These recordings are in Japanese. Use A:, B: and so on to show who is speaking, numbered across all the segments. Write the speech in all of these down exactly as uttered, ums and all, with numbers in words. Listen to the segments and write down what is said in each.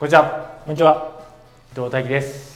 A: こんにちは。
B: こんにちは。
A: 伊藤大樹です。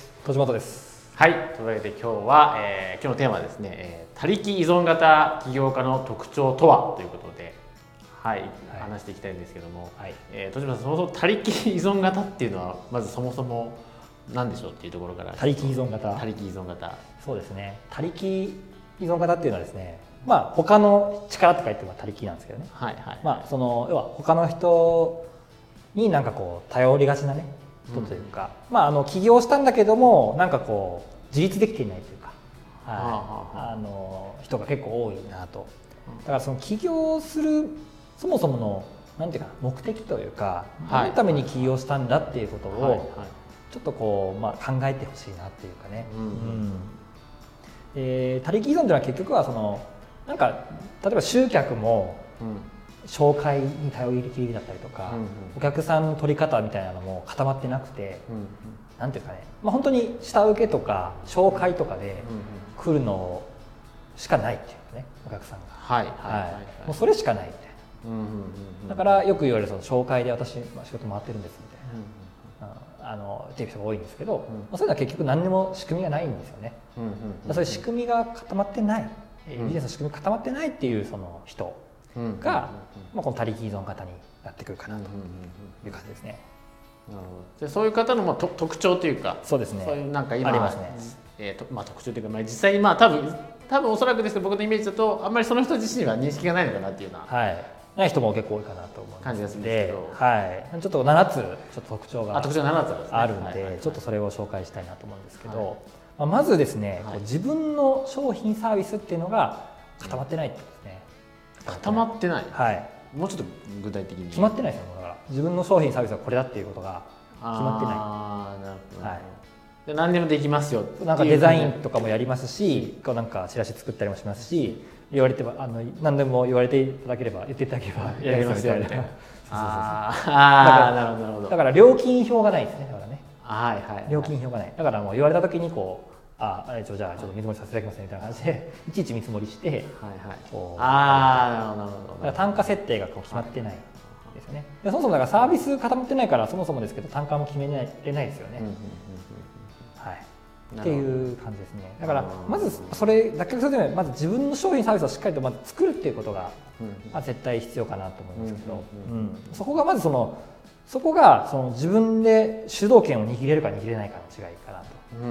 B: 戸本です。
A: はい。というわけで今日は、えー、今日のテーマはですね、えー、他力依存型起業家の特徴とはということで、はい、はい、話していきたいんですけども、はい、えー、戸島さん、そもそも他力依存型っていうのはまずそもそも何でしょうっていうところから。
B: 他力依存型。
A: 他力依存型。
B: そうですね。他力依存型っていうのはですね、まあ他の力とか言っても他力なんですけどね。はいはい、はい。まあその要は他の人になんかこう頼りがちなね人というか、うん、まああの起業したんだけどもなんかこう自立できていないというか、はい、あの人が結構多いなと。だからその起業するそもそものなんていうか目的というか、はい、何のために起業したんだっていうことを、はいはい、ちょっとこうまあ考えてほしいなっていうかね。うんうん、えー、他力依存というのは結局はそのなんか例えば集客も、うん紹介に頼りきりだったりとか、うんうん、お客さんの取り方みたいなのも固まってなくて、うんうん、なんていうかね、まあ、本当に下請けとか紹介とかで来るのしかないっていうね、お客さんが、はいはいはいはい、もうそれしかないみたいな、うんうんうん、だからよく言われるその紹介で私、まあ、仕事回ってるんですみたいな、うんうん、あのっていう人が多いんですけど、うんまあ、そういうのは結局何にも仕組みがないんですよね、うんうんうんうん、そういう仕組みが固まってない、ビジネスの仕組みが固まってないっていうその人が、まあ、この他力依存型になってくるかなという感じですね。
A: なるほど。でそういう方のまあと特徴というか、
B: そうですね。
A: そういうなんか今
B: ありますね。
A: えーとまあ、特徴というか、まあ、実際にまあ多分多分おそらくですけど僕のイメージだとあんまりその人自身には認識がないのかなっていうような、
B: はい、ない人も結構多いかなと思います
A: 感じがするんですけど、
B: はい、ちょっとななつちょっと特徴が
A: あ特徴ななつ
B: あるんで、ちょっとそれを紹介したいなと思うんですけど、はいまあ、まずですね、はい、自分の商品サービスっていうのが固まってないってことですね。
A: 固まってない、
B: はい、
A: もうちょっと具体的に
B: 決まってないですよ。だから自分の商品サービスはこれだっていうことが決まってない。
A: ああなるほど、はい、で何でもできますよっていう
B: なんかデザインとかもやりますし、こうなんかチラシ作ったりもしますし、言われてばあの何でも言われていただければ言っていただければ
A: やりますよみたいな。
B: ああなるほどなるほど。だから料金表がないですね。だからね。はいはい、はい、料金表がない。だからもう言われた時にこう。ああ、じゃあちょっと見積もりさせていただきますねみたいな感じでいちいち見積もりして、はいはい、
A: ああなるほどなるほど。
B: だから単価設定がこう決まってないですよね。でそもそもだからサービス固まってないからそもそもですけど単価も決めれないですよね。はい。っていう感じですね。だからまずそれ脱却するためにまず自分の商品サービスをしっかりとまず作るっていうことが、まあ、絶対必要かなと思うんですけど、そこがまずそのそこがその自分で主導権を握れるか握れないかの違いかなと。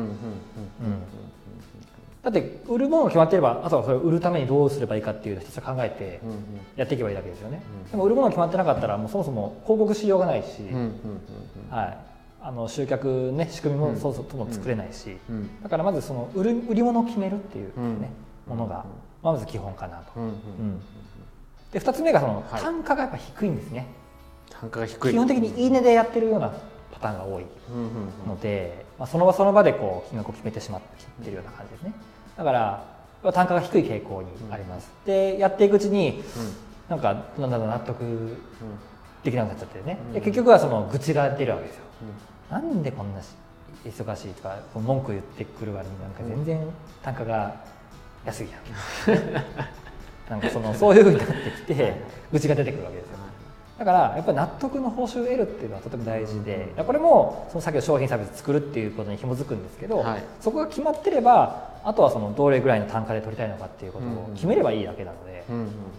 B: だって売るものが決まっていればあとはそれを売るためにどうすればいいかっていうのを一つ考えてやっていけばいいだけですよね。でも売るものが決まってなかったらもうそもそも広告しようがないし、はい、あの集客ね仕組みもそうそうとも作れないし、だからまずその売る売り物を決めるっていうねものがまず基本かなと。でふたつめがその単価がやっぱ低いんですね。
A: 単価が低い。
B: 基本的にいいねでやってるようなパターンが多いので、まあ、その場その場でこう金額を決めてしまっているような感じですね。だから単価が低い傾向にあります。でやっていくうちに、なんかだんだん納得できなくなっちゃってね、で結局はその愚痴が出るわけですよ。なんでこんな忙しいとか文句言ってくる割になんか全然単価が安いやんなんかそのそういうふうになってきて愚痴が出てくるわけですよ。だからやっぱり納得の報酬を得るっていうのはとても大事で、これもその先ほど商品サービス作るっていうことに紐づくんですけど、はい、そこが決まってればあとはそのどれぐらいの単価で取りたいのかっていうことを決めればいいだけなので、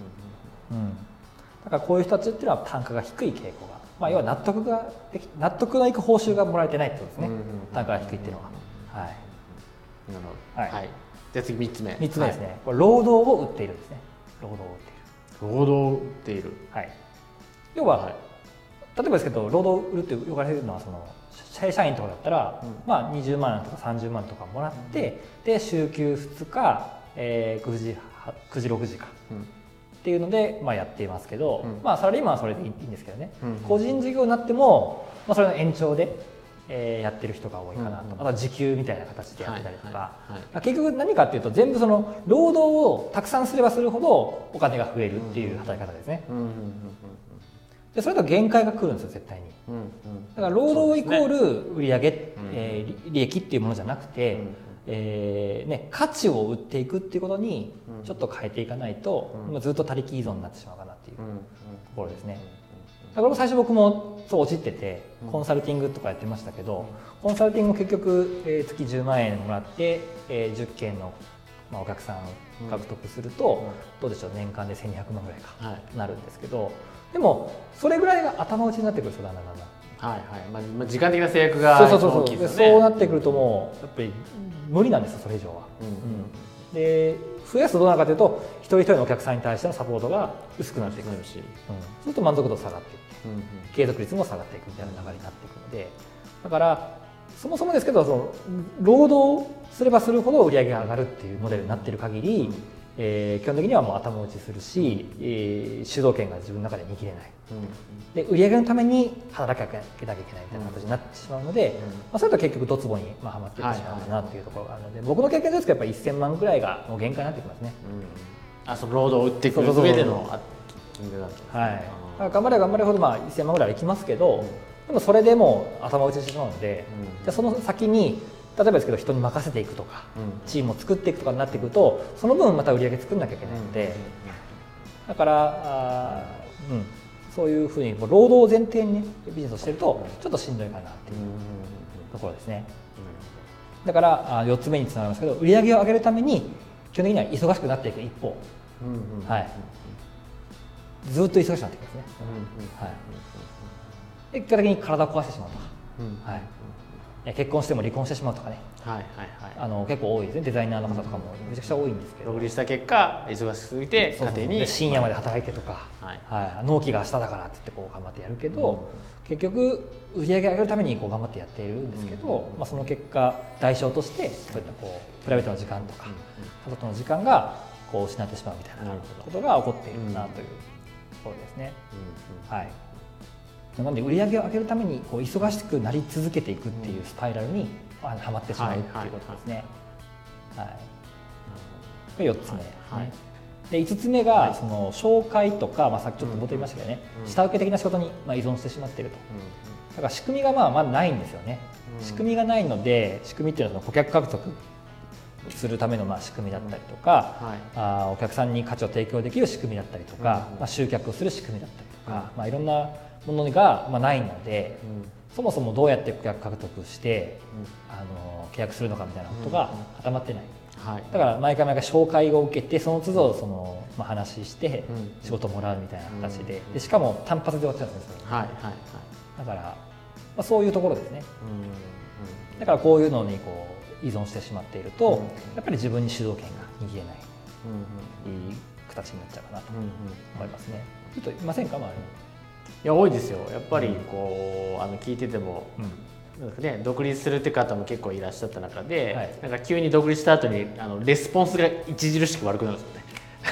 B: だからこういう人たちっていうのは単価が低い傾向が、まあ、要は納得ができ納得のいく報酬がもらえてないってことですね。単価が低いっていうのは。はい。なる
A: ほど。はい。はい、じゃあ次みっつめ。
B: みっつめですね。はい、これ労働を売っているんですね。労働を売っている。
A: 労働を売っている。
B: はい。要は、はい、例えばですけど労働を売るって言われるのはその正社員とかだったら、うん、まあにじゅうまんとかさんじゅうまんとかもらって、うん、で週休ふつか、えー、くじくじろくじか、うん、っていうので、まあ、やっていますけど、うん、まあサラリーマンはそれでいいんですけどね、うん、個人事業になっても、まあ、それの延長で、えー、やってる人が多いかなと、うん、あとは時給みたいな形でやってたりとか、はいはいはい、結局何かっていうと全部その労働をたくさんすればするほどお金が増えるっていう働き方ですね。でそれと限界が来るんですよ絶対に、うんうん、だから労働イコール売上、ねえー、利益っていうものじゃなくて、うんえーね、価値を売っていくっていうことにちょっと変えていかないと、うん、ずっと他力依存になってしまうかなってっていうところですね。だから最初僕もそう落ちててコンサルティングとかやってましたけど、コンサルティングも結局、えー、月じゅうまんえんもらって、えー、じゅっけんの、まあ、お客さん獲得すると、どうでしょう、年間でせんにひゃくまんぐらいかなるんですけど、でもそれぐらいが頭打ちになってくるんですよ、だんだんだんだん。
A: はいはい、まあ、時間的な制約が大きいですよね。
B: そうなってくるともうやっぱり無理なんですよ、それ以上は。うんうん、で増やすとどうなるかというと、一人一人のお客さんに対してのサポートが薄くなっていくし、うん、そうすると満足度下がっていって、うんうん、継続率も下がっていくみたいな流れになっていくので、だからそもそもですけど、その労働すればするほど売り上げが上がるっていうモデルになっている限り、うん、えー、基本的にはもう頭打ちするし、えー、主導権が自分の中で握れない、うん、で売り上げのために働きかけなきゃいけないみたいな形になってしまうので、うん、まあ、それと結局ドツボにまあはまっていってしまうかなというところがあるので、僕の経験ですけどやっぱりせんまんぐらいがもう限界になってきますね。
A: うん、あ、その労働を売っていく上での金額だったんですね。
B: はい、頑張れば頑張るほどまあせんまんぐらいはいきますけど、うん、でもそれでもう頭打ちしてしまうので、うん、じゃあその先に例えばですけど人に任せていくとか、うん、チームを作っていくとかになっていくと、その分また売り上げ作んなきゃいけないので、だからあ、うん、そういうふうに労働を前提に、ね、ビジネスをしているとちょっとしんどいかなっていうところですね。だからよっつめにつながりますけど、売り上げを上げるために基本的には忙しくなっていく一方、はい、ずっと忙しくなっていくんですね。はい、で結果的に体を壊してしまうとか、うん、はい、結婚しても離婚してしまうとかね、はいはいはい、あの結構多いですね。デザイナーの方とかもめちゃくちゃ多いんですけど、
A: 独立した結果忙しすぎて家庭に
B: 深夜まで働いてとか、はいはい、納期が明日だからって言ってこう頑張ってやるけど、うん、結局売り上げ上げるためにこう頑張ってやっているんですけど、うん、まあ、その結果代償としてそういったこうプライベートの時間とか家族の時間がこう失ってしまうみたいなことが起こっているなというところですね。うんうん、はい、なので売り上げを上げるためにこう忙しくなり続けていくっていうスパイラルにはまってしまうっていうことですね。はい、これよっつめ、はい、でいつつめがその紹介とか、まあ、さっきちょっと冒頭言いましたけどね、うん、下請け的な仕事にまあ依存してしまっていると、うん、だから仕組みがまあまだないんですよね。うん、仕組みがないので、仕組みっていうのは顧客獲得するためのまあ仕組みだったりとか、うん、はい、あお客さんに価値を提供できる仕組みだったりとか、うん、まあ、集客をする仕組みだったりとか、うん、まあ、いろんなものがまあないので、うん、そもそもどうやって顧客獲得して、うん、あの契約するのかみたいなことが固まってない、うん、はい、だから毎回毎回紹介を受けてその都度その、まあ、話して仕事をもらうみたいな形で、でしかも単発で終わっちゃうんですよ、はいはいはい、だから、まあ、そういうところですね。うん、だからこういうのにこう依存してしまっていると、うん、やっぱり自分に主導権が握れない、うん、いい形になっちゃうかなと思いますね。ちょっといませんか、周りに。
A: いや多いですよ。やっぱりこう、うん、あの聞いてても、うん、なんかね、独立するって方も結構いらっしゃった中で、はい、なんか急に独立した後にあのレスポンスが著しく悪くなるんですよね。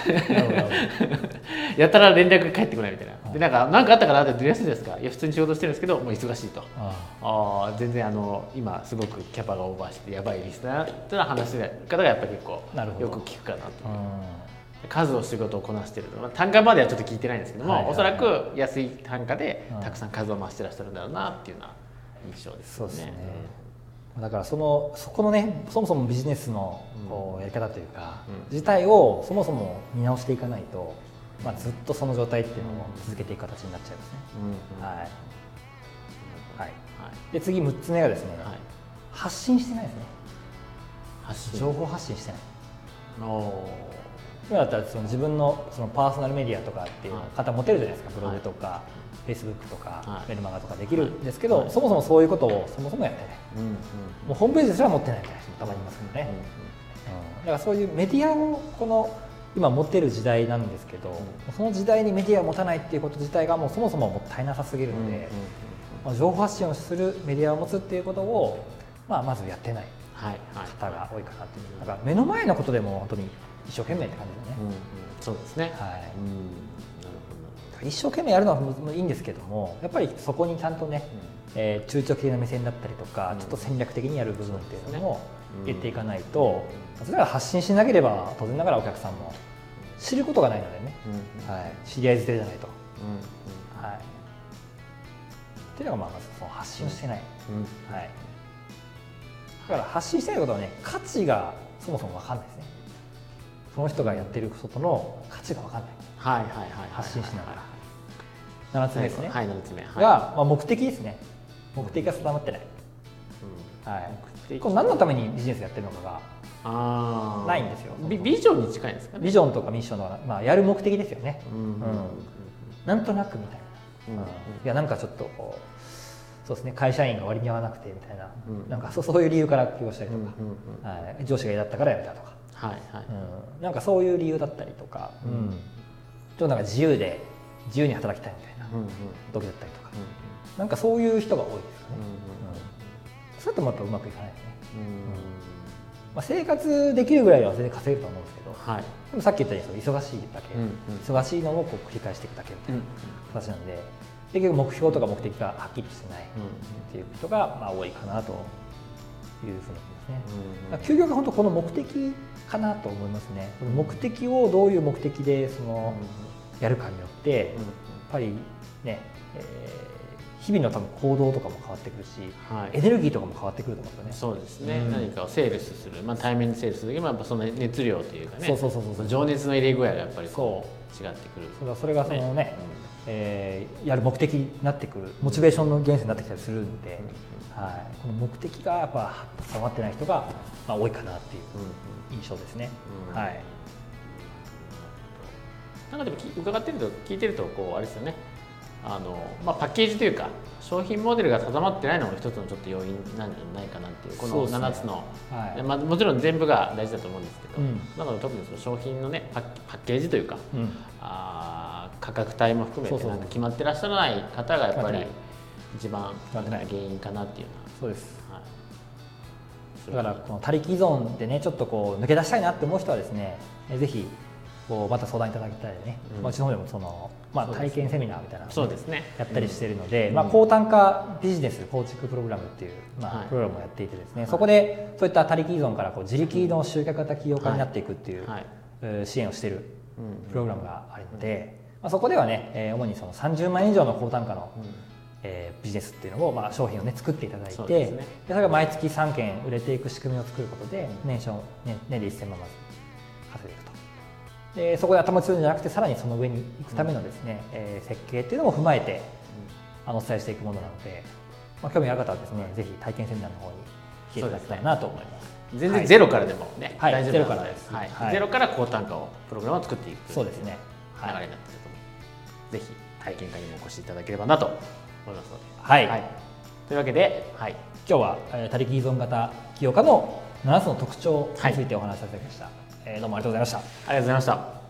A: やたら連絡が返ってこないみたいな。はい、でなんか何かあったかなってどうやすいですか。いや普通に仕事してるんですけどもう忙しいと。ああ全然あの今すごくキャパがオーバーしてやばいリスナーっていう話してる方がやっぱり結構よく聞くかなと。数を仕事をこなしていると、まあ、単価まではちょっと聞いてないんですけども、はいはいはい、おそらく安い単価でたくさん数を増してらっしゃるんだろうなっていうような印象ですね。そうですね。
B: だからそのそこのね、そもそもビジネスのこうやり方というか、うん、自体をそもそも見直していかないと、まあ、ずっとその状態っていうのを続けていく形になっちゃいますね。うん、はい、はいはい、で次むっつめがですね、はい、発信してないですね。発信、情報発信してない。お今だったらその自分 の, そのパーソナルメディアとかっていう方持てるじゃないですか、ブログとか、フェイスブックとか、はい、メルマガとかできるんですけど、はい、そもそもそういうことをそもそもやってない、うんうん、もうホームページですら持ってないみたいな人もたまにいますけどね、うんうんうん、だからそういうメディアをこの今持ってる時代なんですけど、うん、その時代にメディアを持たないっていうこと自体がもうそもそももったいなさすぎるので、うんうんうん、まあ、情報発信をするメディアを持つっていうことを、まあ、まずやってない方が多いかなという、だから目の前のことでも本当に一生懸命って感じだね。うんうん、
A: そうですね。はい。うん、なる
B: ほど。一生懸命やるのはいいんですけども、やっぱりそこにちゃんとね、うん、えー、中長期的な目線だったりとか、うん、ちょっと戦略的にやる部分っていうのも入れていかないと、うん、それは発信しなければ当然ながらお客さんも知ることがないのでね、うん、はい、知り合い捨てじゃないと、うん、はい。っていうのがまあまずその発信をしてない、うん、はい。だから発信してないことはね、価値がそもそも分かんないですね。その人がやってることの価値が分かんない。 発信しながら。ななつめですね。
A: はい、ななつめ
B: が、まあ、目的ですね。目的が定まってない。はい。これ何のためにビジネスやってるのかがないんですよ。
A: ビジョンに近いんですかね。
B: ビジョンとかミッションの、まあ、やる目的ですよね。なんとなくみたいな。いや、なんかちょっとこう、そうですね、会社員が割に合わなくてみたいな、なんかそういう理由から起業したりとか、はい、上司が嫌だったから辞めたとか、はいはい、うん、なんかそういう理由だったりとか、うん、ちょっとなんか自由で自由に働きたいみたいな時だったりとか、うん、なんかそういう人が多いですよね。うん、それともやっぱうまくいかないですね。うん、まあ、生活できるぐらいは全然稼げると思うんですけど、はい、でもさっき言ったように忙しいだけ、うんうん、忙しいのをこう繰り返していくだけみたいな形なんで、結局目標とか目的がはっきりしてないっていうことがまあ多いかなというふうに思いますね。休業が本当この目的かなと思いますね。目的をどういう目的でそのやるかによってやっぱりね、えー、日々の多分行動とかも変わってくるし、はい、エネルギーとかも変わってくると思うんですよね。
A: そうですね、うん、何かをセールスする、まあ、対面でセールスする時もやっぱその熱量というかね、そうそうそうそう、情熱の入れ具合がやっぱりこう違ってくる。
B: そう、それがそのね、うん、えー、やる目的になってくるモチベーションの源泉になってきたりするんで、うん、はい、この目的がやっぱ定まってない人がまあ多いかなっていう印象ですね。うん、はい。
A: なんかでも伺ってると聞いてるとこうあれですよね。あのまあ、パッケージというか商品モデルが定まってないのも一つのちょっと要因なんじゃないかなっていうこのななつの、はい、まあ、もちろん全部が大事だと思うんですけど、うん、なので特にその商品のねパッ、パッケージというか、うん、あ価格帯も含めてなんか決まってらっしゃらない方がやっぱり一番原因かなっていうのは。
B: そうです、はい、だからこの他力依存でねちょっとこう抜け出したいなって思う人はですね、ぜひこうまた相談いただきたいね、うん、うちの方でもその、まあ、体験セミナーみたいなのを、ね、やったりしているので、うん、まあ、高単価ビジネス構築プログラムっていう、まあ、プログラムをやっていてですね、はい、そこでそういった他力依存からこう自力の集客型起業家になっていくっていう、はいはい、支援をしているプログラムがあるので、まあ、そこではね、えー、主にそのさんじゅうまんえん以上の高単価の、うん、えー、ビジネスっていうのを、まあ、商品をね作っていただいて、 そ, で、ね、それが毎月さんけん売れていく仕組みを作ることで年商、ね、年でせんまんまず稼いでいくと。でそこで頭打ちするんじゃなくてさらにその上に行くためのですね、うん、えー、設計っていうのも踏まえて、うん、あのお伝えしていくものなので、まあ、興味ある方はですねぜひ体験セミナーの方に来ていただきたいなと思います。
A: 全然ゼロからでもね、
B: はい、
A: 大丈夫
B: ゼロからです、
A: はいはい、ゼロから高単価をプログラムを作っていく、
B: そうですね、
A: 流れになっていると思う、ぜひ体験会にもお越しいただければなと思いますので、
B: はい、はい、
A: というわけで、はい、
B: 今日は、えー、他力依存型起業家のななつの特徴についてお話しさせていただきました、はい、えー、どうもありがとうございました。あ
A: りがとうございました。